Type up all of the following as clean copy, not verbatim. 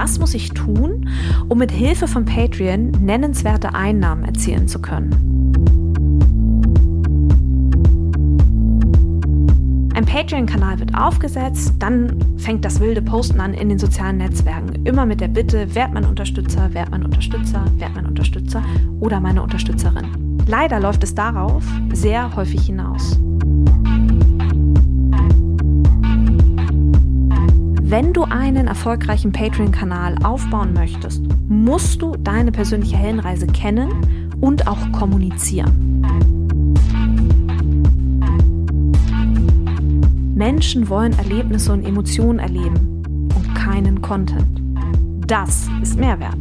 Was muss ich tun, um mit Hilfe von Patreon nennenswerte Einnahmen erzielen zu können? Ein Patreon-Kanal wird aufgesetzt, dann fängt das wilde Posten an in den sozialen Netzwerken. Immer mit der Bitte, werd mein Unterstützer, werd mein Unterstützer, werd mein Unterstützer oder meine Unterstützerin. Leider läuft es darauf sehr häufig hinaus. Wenn du einen erfolgreichen Patreon-Kanal aufbauen möchtest, musst du deine persönliche Heldenreise kennen und auch kommunizieren. Menschen wollen Erlebnisse und Emotionen erleben und keinen Content. Das ist Mehrwert.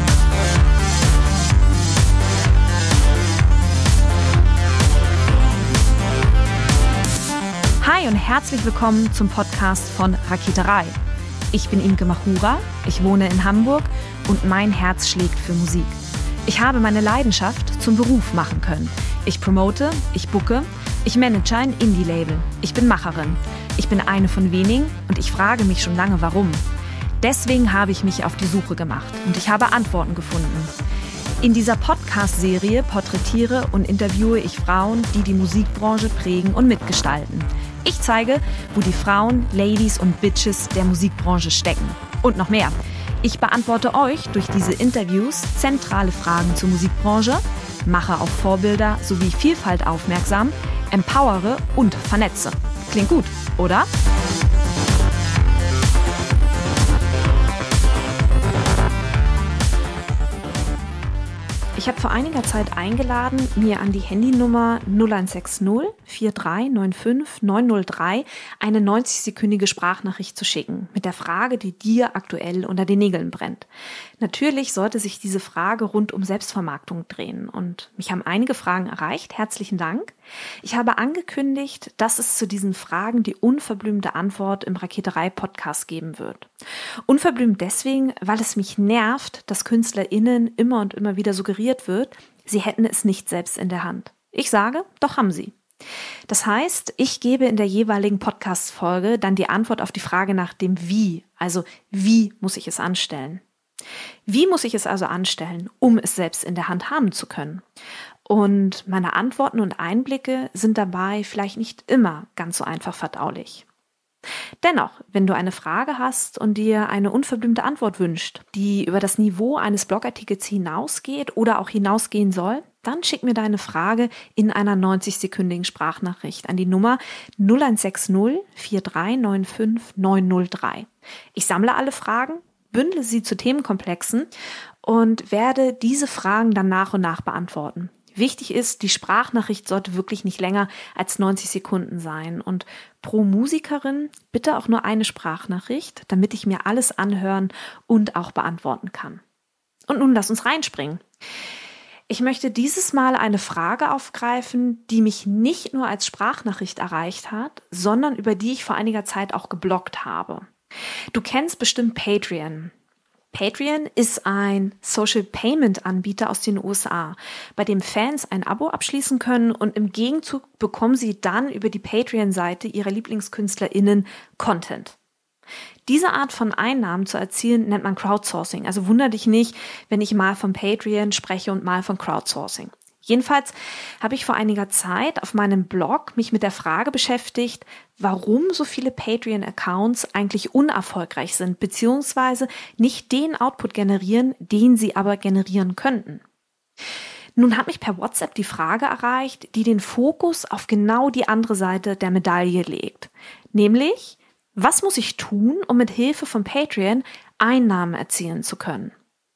Hi und herzlich willkommen zum Podcast von Raketerei. Ich bin Imke Machura, ich wohne in Hamburg und mein Herz schlägt für Musik. Ich habe meine Leidenschaft zum Beruf machen können. Ich promote, ich booke, ich manage ein Indie-Label. Ich bin Macherin. Ich bin eine von wenigen und ich frage mich schon lange, warum. Deswegen habe ich mich auf die Suche gemacht und ich habe Antworten gefunden. In dieser Podcast-Serie porträtiere und interviewe ich Frauen, die die Musikbranche prägen und mitgestalten. Ich zeige, wo die Frauen, Ladies und Bitches der Musikbranche stecken. Und noch mehr. Ich beantworte euch durch diese Interviews zentrale Fragen zur Musikbranche, mache auf Vorbilder sowie Vielfalt aufmerksam, empowere und vernetze. Klingt gut, oder? Ich habe vor einiger Zeit eingeladen, mir an die Handynummer 0160 4395 903 eine 90-sekündige Sprachnachricht zu schicken, mit der Frage, die dir aktuell unter den Nägeln brennt. Natürlich sollte sich diese Frage rund um Selbstvermarktung drehen und mich haben einige Fragen erreicht. Herzlichen Dank. Ich habe angekündigt, dass es zu diesen Fragen die unverblümte Antwort im Raketerei-Podcast geben wird. Unverblümt deswegen, weil es mich nervt, dass KünstlerInnen immer und immer wieder suggeriert wird, sie hätten es nicht selbst in der Hand. Ich sage, doch haben sie. Das heißt, ich gebe in der jeweiligen Podcast-Folge dann die Antwort auf die Frage nach dem Wie, also wie muss ich es anstellen? Wie muss ich es also anstellen, um es selbst in der Hand haben zu können? Und meine Antworten und Einblicke sind dabei vielleicht nicht immer ganz so einfach verdaulich. Dennoch, wenn du eine Frage hast und dir eine unverblümte Antwort wünscht, die über das Niveau eines Blogartikels hinausgeht oder auch hinausgehen soll, dann schick mir deine Frage in einer 90-sekündigen Sprachnachricht an die Nummer 0160 4395 903. Ich sammle alle Fragen, bündle sie zu Themenkomplexen und werde diese Fragen dann nach und nach beantworten. Wichtig ist, die Sprachnachricht sollte wirklich nicht länger als 90 Sekunden sein und pro Musikerin bitte auch nur eine Sprachnachricht, damit ich mir alles anhören und auch beantworten kann. Und nun lass uns reinspringen. Ich möchte dieses Mal eine Frage aufgreifen, die mich nicht nur als Sprachnachricht erreicht hat, sondern über die ich vor einiger Zeit auch gebloggt habe. Du kennst bestimmt Patreon. Patreon ist ein Social-Payment-Anbieter aus den USA, bei dem Fans ein Abo abschließen können und im Gegenzug bekommen sie dann über die Patreon-Seite ihrer LieblingskünstlerInnen Content. Diese Art von Einnahmen zu erzielen, nennt man Crowdsourcing. Also wundere dich nicht, wenn ich mal von Patreon spreche und mal von Crowdsourcing. Jedenfalls habe ich vor einiger Zeit auf meinem Blog mich mit der Frage beschäftigt, warum so viele Patreon-Accounts eigentlich unerfolgreich sind, beziehungsweise nicht den Output generieren, den sie aber generieren könnten. Nun hat mich per WhatsApp die Frage erreicht, die den Fokus auf genau die andere Seite der Medaille legt. Nämlich, was muss ich tun, um mit Hilfe von Patreon Einnahmen erzielen zu können?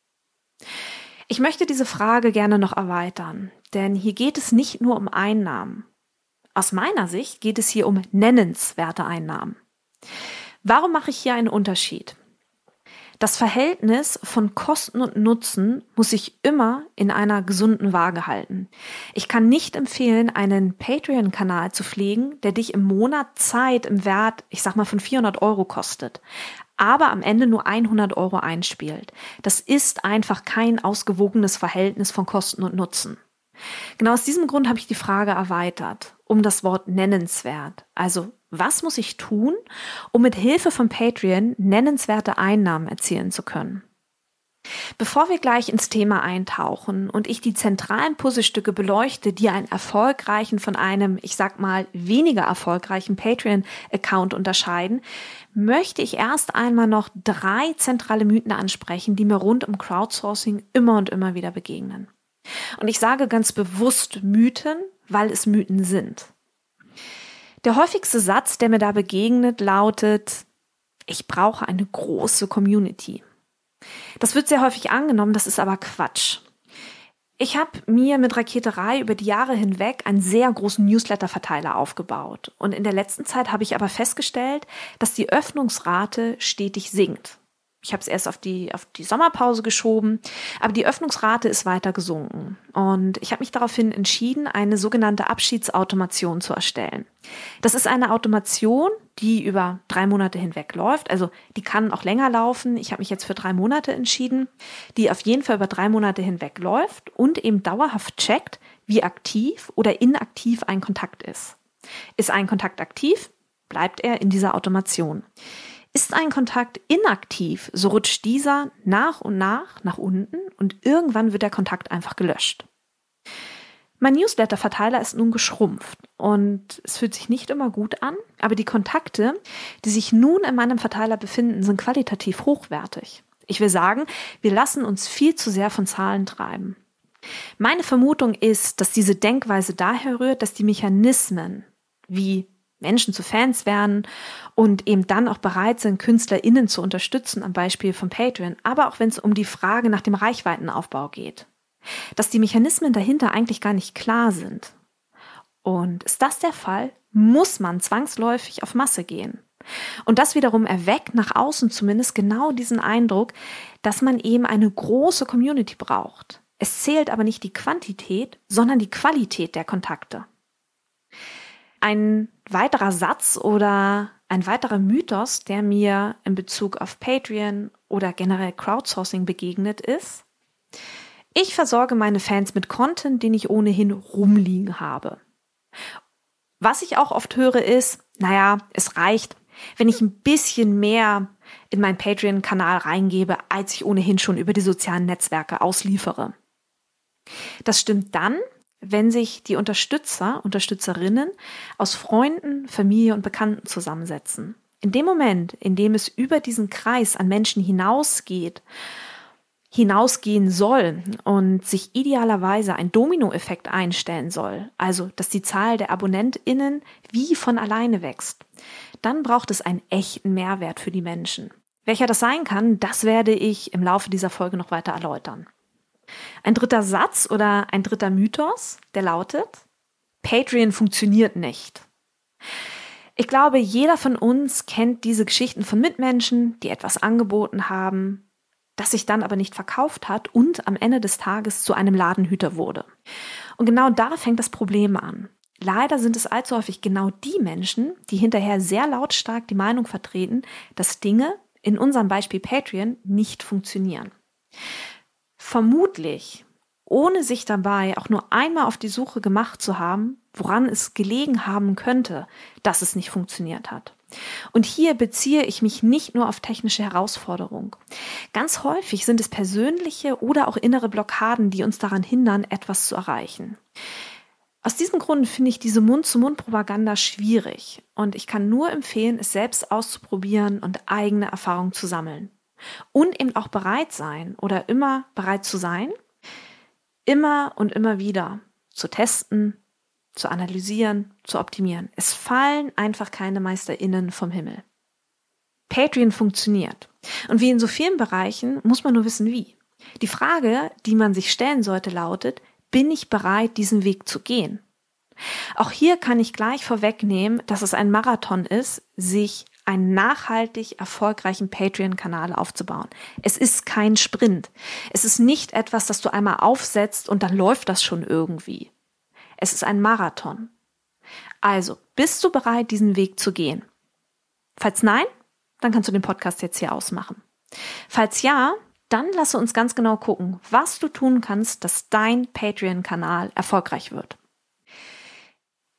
Ich möchte diese Frage gerne noch erweitern, denn hier geht es nicht nur um Einnahmen. Aus meiner Sicht geht es hier um nennenswerte Einnahmen. Warum mache ich hier einen Unterschied? Das Verhältnis von Kosten und Nutzen muss sich immer in einer gesunden Waage halten. Ich kann nicht empfehlen, einen Patreon-Kanal zu pflegen, der dich im Monat Zeit im Wert, ich sag mal, von 400 € kostet, aber am Ende nur 100 € einspielt. Das ist einfach kein ausgewogenes Verhältnis von Kosten und Nutzen. Genau aus diesem Grund habe ich die Frage erweitert, um das Wort nennenswert. Also, Was muss ich tun, um mit Hilfe von Patreon nennenswerte Einnahmen erzielen zu können? Bevor wir gleich ins Thema eintauchen und ich die zentralen Puzzlestücke beleuchte, die einen erfolgreichen von einem, ich sag mal, weniger erfolgreichen Patreon-Account unterscheiden, möchte ich erst einmal noch 3 zentrale Mythen ansprechen, die mir rund um Crowdsourcing immer und immer wieder begegnen. Und ich sage ganz bewusst Mythen, weil es Mythen sind. Der häufigste Satz, der mir da begegnet, lautet: Ich brauche eine große Community. Das wird sehr häufig angenommen, das ist aber Quatsch. Ich habe mir mit Raketerei über die Jahre hinweg einen sehr großen Newsletter-Verteiler aufgebaut. Und in der letzten Zeit habe ich aber festgestellt, dass die Öffnungsrate stetig sinkt. Ich habe es erst auf die Sommerpause geschoben, aber die Öffnungsrate ist weiter gesunken. Und ich habe mich daraufhin entschieden, eine sogenannte Abschiedsautomation zu erstellen. Das ist eine Automation, die über 3 Monate hinweg läuft. Also die kann auch länger laufen. Ich habe mich jetzt für 3 Monate entschieden, die auf jeden Fall über 3 Monate hinweg läuft und eben dauerhaft checkt, wie aktiv oder inaktiv ein Kontakt ist. Ist ein Kontakt aktiv, bleibt er in dieser Automation. Ist ein Kontakt inaktiv, so rutscht dieser nach und nach unten und irgendwann wird der Kontakt einfach gelöscht. Mein Newsletter-Verteiler ist nun geschrumpft und es fühlt sich nicht immer gut an, aber die Kontakte, die sich nun in meinem Verteiler befinden, sind qualitativ hochwertig. Ich will sagen, wir lassen uns viel zu sehr von Zahlen treiben. Meine Vermutung ist, dass diese Denkweise daher rührt, dass die Mechanismen wie Menschen zu Fans werden und eben dann auch bereit sind, KünstlerInnen zu unterstützen, am Beispiel von Patreon, aber auch wenn es um die Frage nach dem Reichweitenaufbau geht. Dass die Mechanismen dahinter eigentlich gar nicht klar sind. Und ist das der Fall, muss man zwangsläufig auf Masse gehen. Und das wiederum erweckt nach außen zumindest genau diesen Eindruck, dass man eben eine große Community braucht. Es zählt aber nicht die Quantität, sondern die Qualität der Kontakte. Ein weiterer Satz oder ein weiterer Mythos, der mir in Bezug auf Patreon oder generell Crowdsourcing begegnet ist: Ich versorge meine Fans mit Content, den ich ohnehin rumliegen habe. Was ich auch oft höre ist, es reicht, wenn ich ein bisschen mehr in meinen Patreon-Kanal reingebe, als ich ohnehin schon über die sozialen Netzwerke ausliefere. Das stimmt dann, wenn sich die Unterstützerinnen aus Freunden, Familie und Bekannten zusammensetzen. In dem Moment, in dem es über diesen Kreis an Menschen hinausgehen soll und sich idealerweise ein Dominoeffekt einstellen soll, also dass die Zahl der AbonnentInnen wie von alleine wächst, dann braucht es einen echten Mehrwert für die Menschen. Welcher das sein kann, das werde ich im Laufe dieser Folge noch weiter erläutern. Ein dritter Satz oder ein dritter Mythos, der lautet: Patreon funktioniert nicht. Ich glaube, jeder von uns kennt diese Geschichten von Mitmenschen, die etwas angeboten haben, das sich dann aber nicht verkauft hat und am Ende des Tages zu einem Ladenhüter wurde. Und genau da fängt das Problem an. Leider sind es allzu häufig genau die Menschen, die hinterher sehr lautstark die Meinung vertreten, dass Dinge, in unserem Beispiel Patreon, nicht funktionieren. Vermutlich, ohne sich dabei auch nur einmal auf die Suche gemacht zu haben, woran es gelegen haben könnte, dass es nicht funktioniert hat. Und hier beziehe ich mich nicht nur auf technische Herausforderungen. Ganz häufig sind es persönliche oder auch innere Blockaden, die uns daran hindern, etwas zu erreichen. Aus diesem Grund finde ich diese Mund-zu-Mund-Propaganda schwierig und ich kann nur empfehlen, es selbst auszuprobieren und eigene Erfahrungen zu sammeln. Und eben auch bereit zu sein, immer und immer wieder zu testen, zu analysieren, zu optimieren. Es fallen einfach keine MeisterInnen vom Himmel. Patreon funktioniert. Und wie in so vielen Bereichen muss man nur wissen, wie. Die Frage, die man sich stellen sollte, lautet: Bin ich bereit, diesen Weg zu gehen? Auch hier kann ich gleich vorwegnehmen, dass es ein Marathon ist, sich einen nachhaltig erfolgreichen Patreon-Kanal aufzubauen. Es ist kein Sprint. Es ist nicht etwas, das du einmal aufsetzt und dann läuft das schon irgendwie. Es ist ein Marathon. Also, bist du bereit, diesen Weg zu gehen? Falls nein, dann kannst du den Podcast jetzt hier ausmachen. Falls ja, dann lasse uns ganz genau gucken, was du tun kannst, dass dein Patreon-Kanal erfolgreich wird.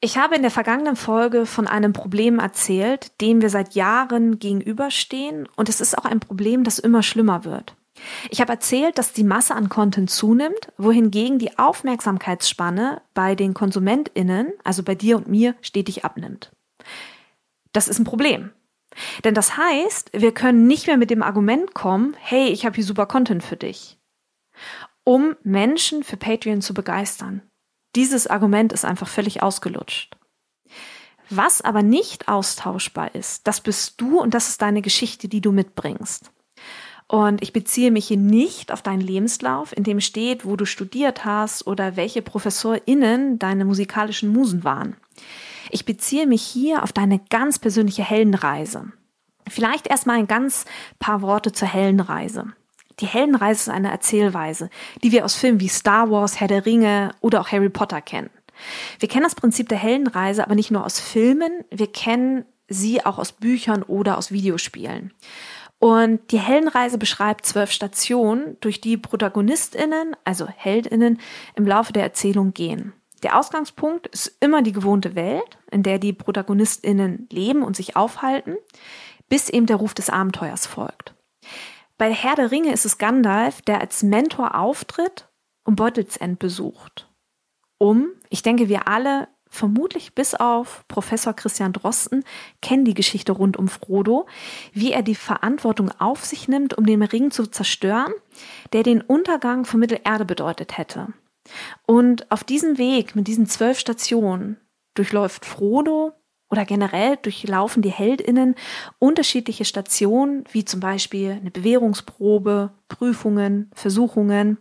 Ich habe in der vergangenen Folge von einem Problem erzählt, dem wir seit Jahren gegenüberstehen, und es ist auch ein Problem, das immer schlimmer wird. Ich habe erzählt, dass die Masse an Content zunimmt, wohingegen die Aufmerksamkeitsspanne bei den KonsumentInnen, also bei dir und mir, stetig abnimmt. Das ist ein Problem. Denn das heißt, wir können nicht mehr mit dem Argument kommen, hey, ich habe hier super Content für dich, um Menschen für Patreon zu begeistern. Dieses Argument ist einfach völlig ausgelutscht. Was aber nicht austauschbar ist, das bist du und das ist deine Geschichte, die du mitbringst. Und ich beziehe mich hier nicht auf deinen Lebenslauf, in dem steht, wo du studiert hast oder welche ProfessorInnen deine musikalischen Musen waren. Ich beziehe mich hier auf deine ganz persönliche Heldenreise. Vielleicht erstmal ein ganz paar Worte zur Heldenreise. Die Heldenreise ist eine Erzählweise, die wir aus Filmen wie Star Wars, Herr der Ringe oder auch Harry Potter kennen. Wir kennen das Prinzip der Heldenreise aber nicht nur aus Filmen, wir kennen sie auch aus Büchern oder aus Videospielen. Und die Heldenreise beschreibt 12 Stationen, durch die ProtagonistInnen, also HeldInnen, im Laufe der Erzählung gehen. Der Ausgangspunkt ist immer die gewohnte Welt, in der die ProtagonistInnen leben und sich aufhalten, bis eben der Ruf des Abenteuers folgt. Bei Herr der Ringe ist es Gandalf, der als Mentor auftritt und Beutelsend besucht. Ich denke, wir alle, vermutlich bis auf Professor Christian Drosten, kennen die Geschichte rund um Frodo, wie er die Verantwortung auf sich nimmt, um den Ring zu zerstören, der den Untergang von Mittelerde bedeutet hätte. Und auf diesem Weg mit diesen 12 Stationen durchläuft Frodo oder generell durchlaufen die HeldInnen unterschiedliche Stationen, wie zum Beispiel eine Bewährungsprobe, Prüfungen, Versuchungen.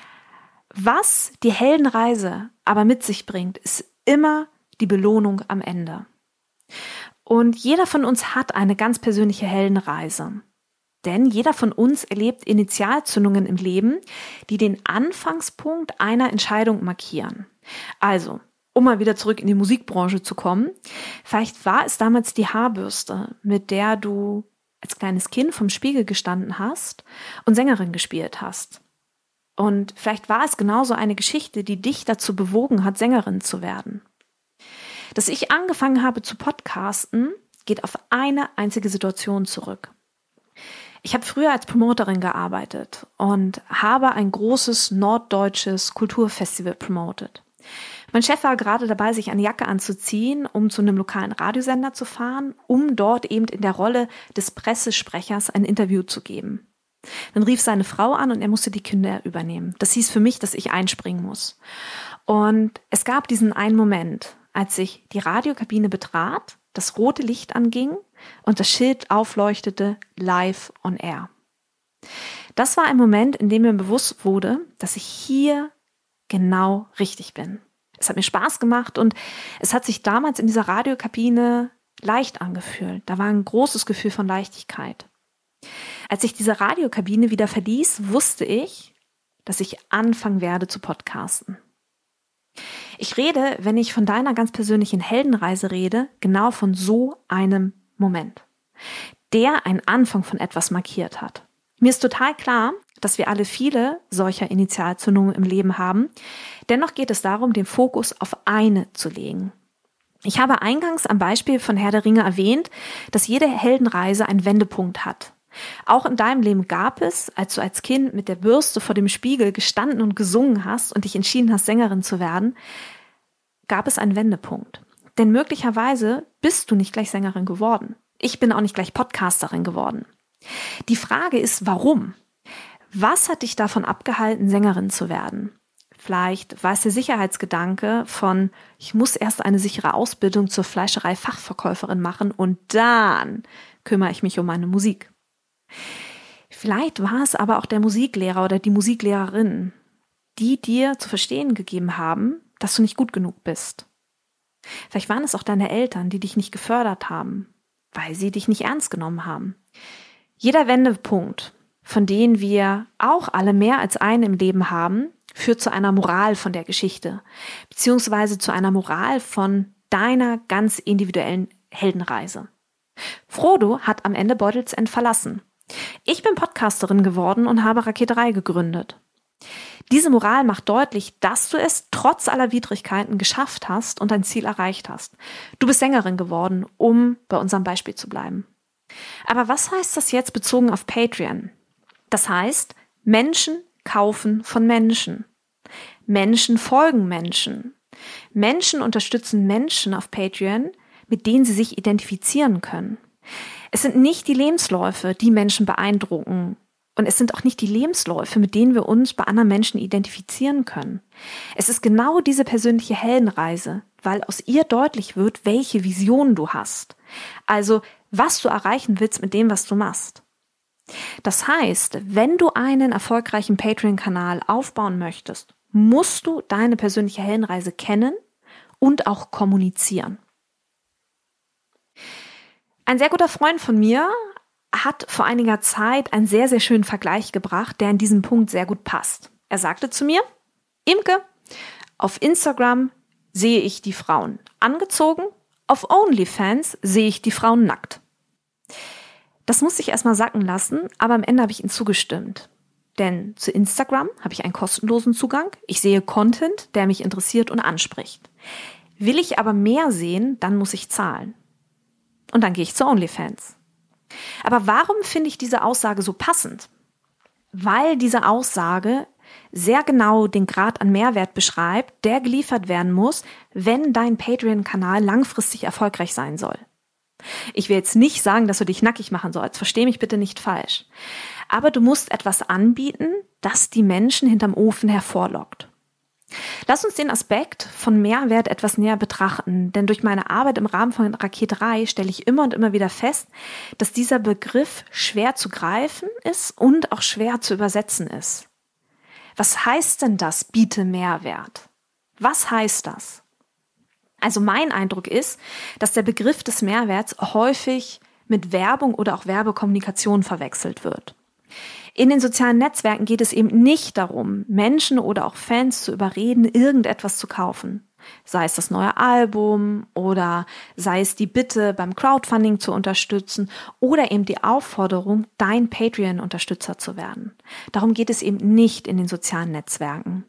Was die Heldenreise aber mit sich bringt, ist immer die Belohnung am Ende. Und jeder von uns hat eine ganz persönliche Heldenreise. Denn jeder von uns erlebt Initialzündungen im Leben, die den Anfangspunkt einer Entscheidung markieren. Also, um mal wieder zurück in die Musikbranche zu kommen, vielleicht war es damals die Haarbürste, mit der du als kleines Kind vom Spiegel gestanden hast und Sängerin gespielt hast. Und vielleicht war es genauso eine Geschichte, die dich dazu bewogen hat, Sängerin zu werden. Dass ich angefangen habe zu podcasten, geht auf eine einzige Situation zurück. Ich habe früher als Promoterin gearbeitet und habe ein großes norddeutsches Kulturfestival promotet. Mein Chef war gerade dabei, sich eine Jacke anzuziehen, um zu einem lokalen Radiosender zu fahren, um dort eben in der Rolle des Pressesprechers ein Interview zu geben. Dann rief seine Frau an und er musste die Kinder übernehmen. Das hieß für mich, dass ich einspringen muss. Und es gab diesen einen Moment, als ich die Radiokabine betrat, das rote Licht anging und das Schild aufleuchtete, live on air. Das war ein Moment, in dem mir bewusst wurde, dass ich hier genau richtig bin. Es hat mir Spaß gemacht und es hat sich damals in dieser Radiokabine leicht angefühlt. Da war ein großes Gefühl von Leichtigkeit. Als ich diese Radiokabine wieder verließ, wusste ich, dass ich anfangen werde zu podcasten. Ich rede, wenn ich von deiner ganz persönlichen Heldenreise rede, genau von so einem Moment, der einen Anfang von etwas markiert hat. Mir ist total klar, dass wir alle viele solcher Initialzündungen im Leben haben. Dennoch geht es darum, den Fokus auf eine zu legen. Ich habe eingangs am Beispiel von Herr der Ringe erwähnt, dass jede Heldenreise einen Wendepunkt hat. Auch in deinem Leben gab es, als du als Kind mit der Bürste vor dem Spiegel gestanden und gesungen hast und dich entschieden hast, Sängerin zu werden, gab es einen Wendepunkt. Denn möglicherweise bist du nicht gleich Sängerin geworden. Ich bin auch nicht gleich Podcasterin geworden. Die Frage ist, warum? Was hat dich davon abgehalten, Sängerin zu werden? Vielleicht war es der Sicherheitsgedanke von, ich muss erst eine sichere Ausbildung zur Fleischerei-Fachverkäuferin machen und dann kümmere ich mich um meine Musik. Vielleicht war es aber auch der Musiklehrer oder die Musiklehrerin, die dir zu verstehen gegeben haben, dass du nicht gut genug bist. Vielleicht waren es auch deine Eltern, die dich nicht gefördert haben, weil sie dich nicht ernst genommen haben. Jeder Wendepunkt, von denen wir auch alle mehr als einen im Leben haben, führt zu einer Moral von der Geschichte, beziehungsweise zu einer Moral von deiner ganz individuellen Heldenreise. Frodo hat am Ende Beutelsend verlassen. Ich bin Podcasterin geworden und habe Raketerei gegründet. Diese Moral macht deutlich, dass du es trotz aller Widrigkeiten geschafft hast und dein Ziel erreicht hast. Du bist Sängerin geworden, um bei unserem Beispiel zu bleiben. Aber was heißt das jetzt bezogen auf Patreon? Das heißt, Menschen kaufen von Menschen. Menschen folgen Menschen. Menschen unterstützen Menschen auf Patreon, mit denen sie sich identifizieren können. Es sind nicht die Lebensläufe, die Menschen beeindrucken. Und es sind auch nicht die Lebensläufe, mit denen wir uns bei anderen Menschen identifizieren können. Es ist genau diese persönliche Heldenreise, weil aus ihr deutlich wird, welche Vision du hast. Also, was du erreichen willst mit dem, was du machst. Das heißt, wenn du einen erfolgreichen Patreon-Kanal aufbauen möchtest, musst du deine persönliche Heldenreise kennen und auch kommunizieren. Ein sehr guter Freund von mir hat vor einiger Zeit einen sehr, sehr schönen Vergleich gebracht, der in diesem Punkt sehr gut passt. Er sagte zu mir: Imke, auf Instagram sehe ich die Frauen angezogen, auf OnlyFans sehe ich die Frauen nackt. Das musste ich erstmal sacken lassen, aber am Ende habe ich ihm zugestimmt. Denn zu Instagram habe ich einen kostenlosen Zugang. Ich sehe Content, der mich interessiert und anspricht. Will ich aber mehr sehen, dann muss ich zahlen. Und dann gehe ich zu OnlyFans. Aber warum finde ich diese Aussage so passend? Weil diese Aussage sehr genau den Grad an Mehrwert beschreibt, der geliefert werden muss, wenn dein Patreon-Kanal langfristig erfolgreich sein soll. Ich will jetzt nicht sagen, dass du dich nackig machen sollst, versteh mich bitte nicht falsch. Aber du musst etwas anbieten, das die Menschen hinterm Ofen hervorlockt. Lass uns den Aspekt von Mehrwert etwas näher betrachten, denn durch meine Arbeit im Rahmen von Raketerei stelle ich immer und immer wieder fest, dass dieser Begriff schwer zu greifen ist und auch schwer zu übersetzen ist. Was heißt denn das, biete Mehrwert? Was heißt das? Also mein Eindruck ist, dass der Begriff des Mehrwerts häufig mit Werbung oder auch Werbekommunikation verwechselt wird. In den sozialen Netzwerken geht es eben nicht darum, Menschen oder auch Fans zu überreden, irgendetwas zu kaufen. Sei es das neue Album oder sei es die Bitte, beim Crowdfunding zu unterstützen oder eben die Aufforderung, dein Patreon-Unterstützer zu werden. Darum geht es eben nicht in den sozialen Netzwerken.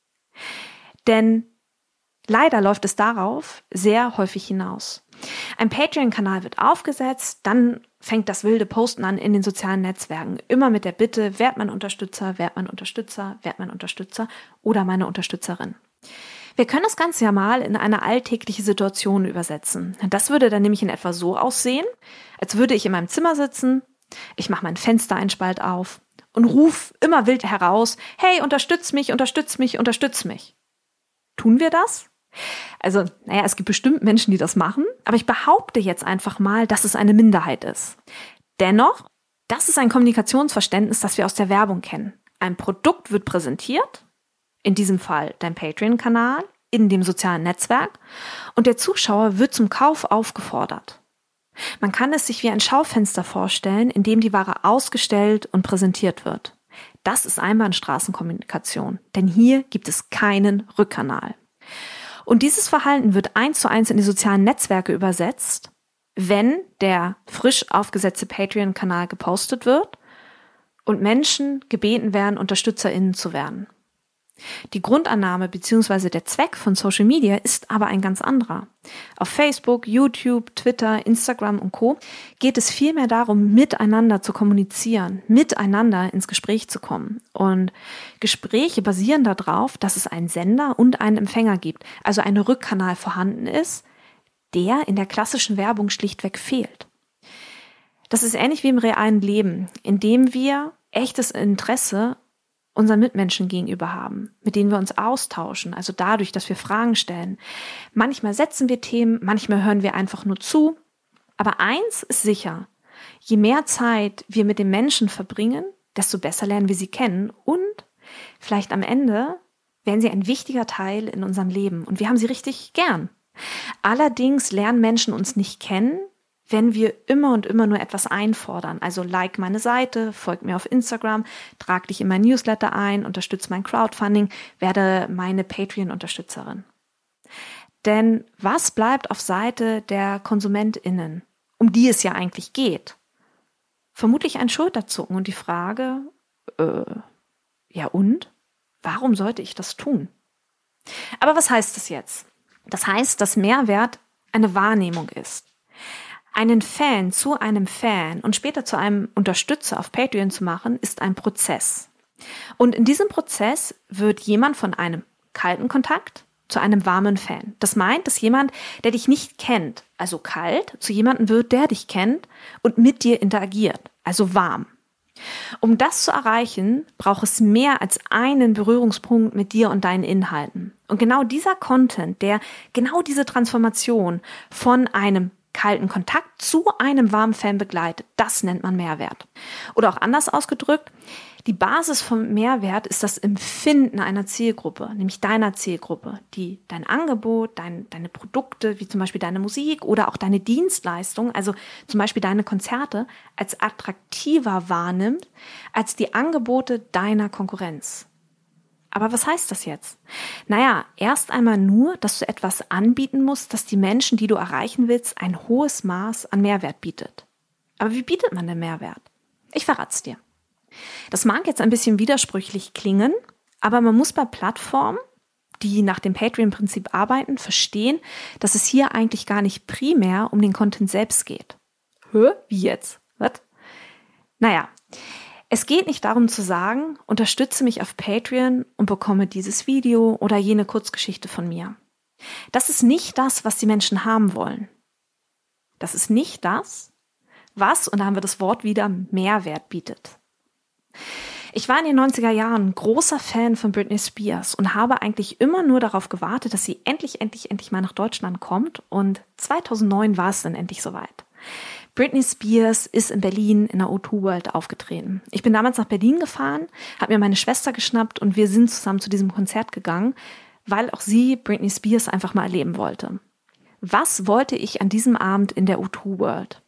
Denn leider läuft es darauf sehr häufig hinaus. Ein Patreon-Kanal wird aufgesetzt, dann fängt das wilde Posten an in den sozialen Netzwerken. Immer mit der Bitte, werd mein Unterstützer, werd mein Unterstützer, werd mein Unterstützer oder meine Unterstützerin. Wir können das Ganze ja mal in eine alltägliche Situation übersetzen. Das würde dann nämlich in etwa so aussehen, als würde ich in meinem Zimmer sitzen, ich mache mein Fenster einen Spalt auf und rufe immer wild heraus: Hey, unterstütz mich, unterstütz mich, unterstütz mich. Tun wir das? Also, es gibt bestimmt Menschen, die das machen, aber ich behaupte jetzt einfach mal, dass es eine Minderheit ist. Dennoch, das ist ein Kommunikationsverständnis, das wir aus der Werbung kennen. Ein Produkt wird präsentiert, in diesem Fall dein Patreon-Kanal, in dem sozialen Netzwerk, und der Zuschauer wird zum Kauf aufgefordert. Man kann es sich wie ein Schaufenster vorstellen, in dem die Ware ausgestellt und präsentiert wird. Das ist Einbahnstraßenkommunikation, denn hier gibt es keinen Rückkanal. Und dieses Verhalten wird 1:1 in die sozialen Netzwerke übersetzt, wenn der frisch aufgesetzte Patreon-Kanal gepostet wird und Menschen gebeten werden, UnterstützerInnen zu werden. Die Grundannahme bzw. der Zweck von Social Media ist aber ein ganz anderer. Auf Facebook, YouTube, Twitter, Instagram und Co. geht es vielmehr darum, miteinander zu kommunizieren, miteinander ins Gespräch zu kommen. Und Gespräche basieren darauf, dass es einen Sender und einen Empfänger gibt, also ein Rückkanal vorhanden ist, der in der klassischen Werbung schlichtweg fehlt. Das ist ähnlich wie im realen Leben, in dem wir echtes Interesse unseren Mitmenschen gegenüber haben, mit denen wir uns austauschen, also dadurch, dass wir Fragen stellen. Manchmal setzen wir Themen, manchmal hören wir einfach nur zu. Aber eins ist sicher: Je mehr Zeit wir mit den Menschen verbringen, desto besser lernen wir sie kennen und vielleicht am Ende werden sie ein wichtiger Teil in unserem Leben und wir haben sie richtig gern. Allerdings lernen Menschen uns nicht kennen, wenn wir immer und immer nur etwas einfordern. Also like meine Seite, folg mir auf Instagram, trag dich in mein Newsletter ein, unterstütze mein Crowdfunding, werde meine Patreon-Unterstützerin. Denn was bleibt auf Seite der KonsumentInnen, um die es ja eigentlich geht? Vermutlich ein Schulterzucken und die Frage, ja und? Warum sollte ich das tun? Aber was heißt das jetzt? Das heißt, dass Mehrwert eine Wahrnehmung ist. Einen Fan zu einem Fan und später zu einem Unterstützer auf Patreon zu machen, ist ein Prozess. Und in diesem Prozess wird jemand von einem kalten Kontakt zu einem warmen Fan. Das meint, dass jemand, der dich nicht kennt, also kalt, zu jemandem wird, der dich kennt und mit dir interagiert, also warm. Um das zu erreichen, braucht es mehr als einen Berührungspunkt mit dir und deinen Inhalten. Und genau dieser Content, der genau diese Transformation von einem kalten Kontakt zu einem warmen Fan begleitet, das nennt man Mehrwert. Oder auch anders ausgedrückt, die Basis vom Mehrwert ist das Empfinden einer Zielgruppe, nämlich deiner Zielgruppe, die dein Angebot, deine Produkte, wie zum Beispiel deine Musik oder auch deine Dienstleistung, also zum Beispiel deine Konzerte, als attraktiver wahrnimmt als die Angebote deiner Konkurrenz. Aber was heißt das jetzt? Naja, erst einmal nur, dass du etwas anbieten musst, das die Menschen, die du erreichen willst, ein hohes Maß an Mehrwert bietet. Aber wie bietet man den Mehrwert? Ich verrate es dir. Das mag jetzt ein bisschen widersprüchlich klingen, aber man muss bei Plattformen, die nach dem Patreon-Prinzip arbeiten, verstehen, dass es hier eigentlich gar nicht primär um den Content selbst geht. Hä? Wie jetzt? Was? Naja, es geht nicht darum zu sagen, unterstütze mich auf Patreon und bekomme dieses Video oder jene Kurzgeschichte von mir. Das ist nicht das, was die Menschen haben wollen. Das ist nicht das, was, und da haben wir das Wort wieder, Mehrwert bietet. Ich war in den 90er Jahren großer Fan von Britney Spears und habe eigentlich immer nur darauf gewartet, dass sie endlich mal nach Deutschland kommt, und 2009 war es dann endlich soweit. Britney Spears ist in Berlin in der O2 World aufgetreten. Ich bin damals nach Berlin gefahren, habe mir meine Schwester geschnappt und wir sind zusammen zu diesem Konzert gegangen, weil auch sie Britney Spears einfach mal erleben wollte. Was wollte ich an diesem Abend in der O2 World?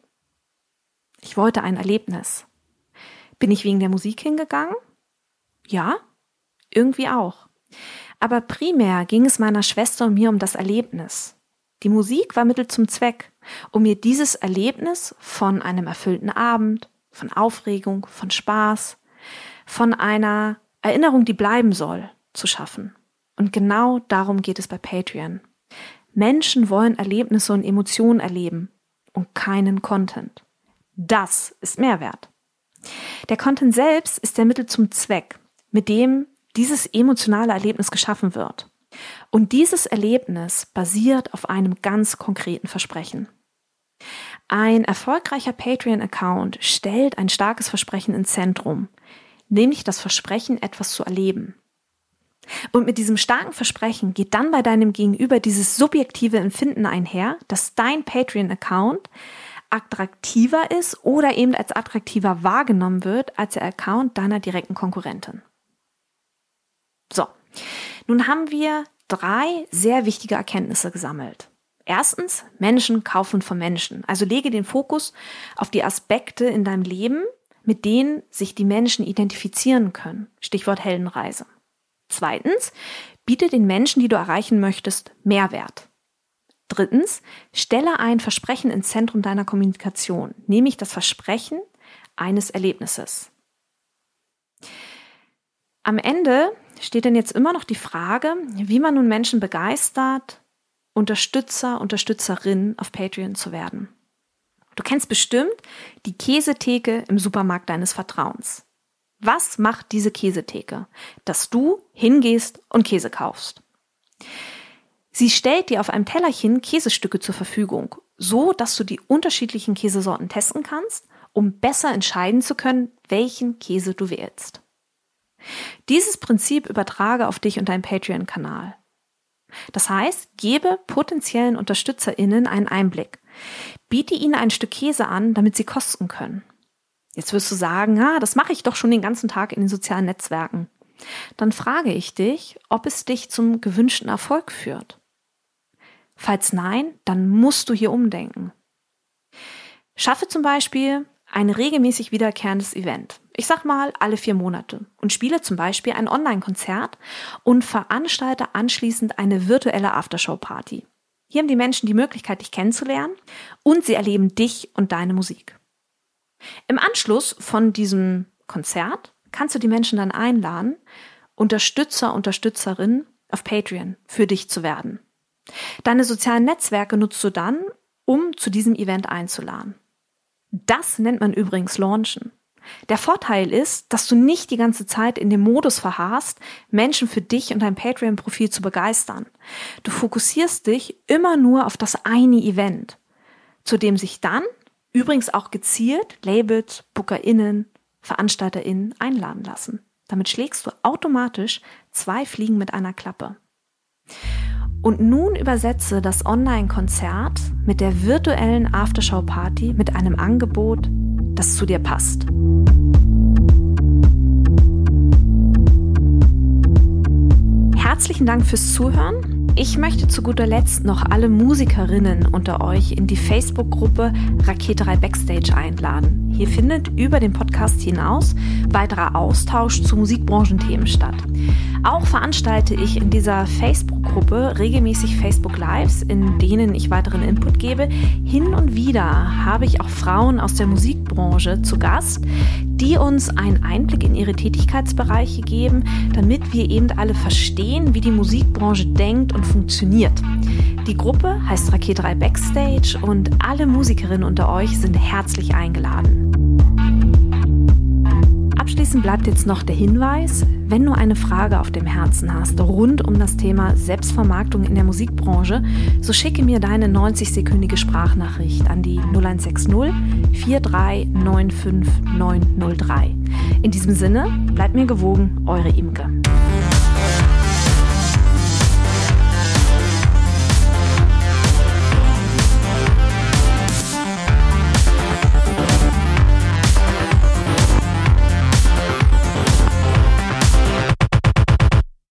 Ich wollte ein Erlebnis. Bin ich wegen der Musik hingegangen? Ja, irgendwie auch. Aber primär ging es meiner Schwester und mir um das Erlebnis. Die Musik war Mittel zum Zweck, um mir dieses Erlebnis von einem erfüllten Abend, von Aufregung, von Spaß, von einer Erinnerung, die bleiben soll, zu schaffen. Und genau darum geht es bei Patreon. Menschen wollen Erlebnisse und Emotionen erleben und keinen Content. Das ist Mehrwert. Der Content selbst ist der Mittel zum Zweck, mit dem dieses emotionale Erlebnis geschaffen wird. Und dieses Erlebnis basiert auf einem ganz konkreten Versprechen. Ein erfolgreicher Patreon-Account stellt ein starkes Versprechen ins Zentrum, nämlich das Versprechen, etwas zu erleben. Und mit diesem starken Versprechen geht dann bei deinem Gegenüber dieses subjektive Empfinden einher, dass dein Patreon-Account attraktiver ist oder eben als attraktiver wahrgenommen wird als der Account deiner direkten Konkurrentin. So, nun haben wir 3 sehr wichtige Erkenntnisse gesammelt. Erstens, Menschen kaufen von Menschen. Also lege den Fokus auf die Aspekte in deinem Leben, mit denen sich die Menschen identifizieren können. Stichwort Heldenreise. Zweitens, biete den Menschen, die du erreichen möchtest, Mehrwert. Drittens, stelle ein Versprechen ins Zentrum deiner Kommunikation, nämlich das Versprechen eines Erlebnisses. Am Ende steht denn jetzt immer noch die Frage, wie man nun Menschen begeistert, Unterstützer, Unterstützerin auf Patreon zu werden. Du kennst bestimmt die Käsetheke im Supermarkt deines Vertrauens. Was macht diese Käsetheke? Dass du hingehst und Käse kaufst. Sie stellt dir auf einem Tellerchen Käsestücke zur Verfügung, so dass du die unterschiedlichen Käsesorten testen kannst, um besser entscheiden zu können, welchen Käse du wählst. Dieses Prinzip übertrage auf dich und deinen Patreon-Kanal. Das heißt, gebe potenziellen UnterstützerInnen einen Einblick. Biete ihnen ein Stück Käse an, damit sie kosten können. Jetzt wirst du sagen, das mache ich doch schon den ganzen Tag in den sozialen Netzwerken. Dann frage ich dich, ob es dich zum gewünschten Erfolg führt. Falls nein, dann musst du hier umdenken. Schaffe zum Beispiel ein regelmäßig wiederkehrendes Event. Ich sag mal alle 4 Monate und spiele zum Beispiel ein Online-Konzert und veranstalte anschließend eine virtuelle Aftershow-Party. Hier haben die Menschen die Möglichkeit, dich kennenzulernen und sie erleben dich und deine Musik. Im Anschluss von diesem Konzert kannst du die Menschen dann einladen Unterstützer, Unterstützerin auf Patreon für dich zu werden. Deine sozialen Netzwerke nutzt du dann, um zu diesem Event einzuladen. Das nennt man übrigens Launchen. Der Vorteil ist, dass du nicht die ganze Zeit in dem Modus verharrst, Menschen für dich und dein Patreon-Profil zu begeistern. Du fokussierst dich immer nur auf das eine Event, zu dem sich dann übrigens auch gezielt Labels, BookerInnen, VeranstalterInnen einladen lassen. Damit schlägst du automatisch 2 Fliegen mit einer Klappe. Und nun übersetze das Online-Konzert mit der virtuellen Aftershow-Party mit einem Angebot, das zu dir passt. Herzlichen Dank fürs Zuhören. Ich möchte zu guter Letzt noch alle Musikerinnen unter euch in die Facebook-Gruppe Raketerei Backstage einladen. Hier findet über den Podcast hinaus weiterer Austausch zu Musikbranchenthemen statt. Auch veranstalte ich in dieser Facebook-Gruppe regelmäßig Facebook-Lives, in denen ich weiteren Input gebe. Hin und wieder habe ich auch Frauen aus der Musikbranche zu Gast, die uns einen Einblick in ihre Tätigkeitsbereiche geben, damit wir eben alle verstehen, wie die Musikbranche denkt und funktioniert. Die Gruppe heißt Raketerei Backstage und alle Musikerinnen unter euch sind herzlich eingeladen. Abschließend bleibt jetzt noch der Hinweis, wenn du eine Frage auf dem Herzen hast rund um das Thema Selbstvermarktung in der Musikbranche, so schicke mir deine 90-sekündige Sprachnachricht an die 0160 43 95 903. In diesem Sinne, bleibt mir gewogen, eure Imke.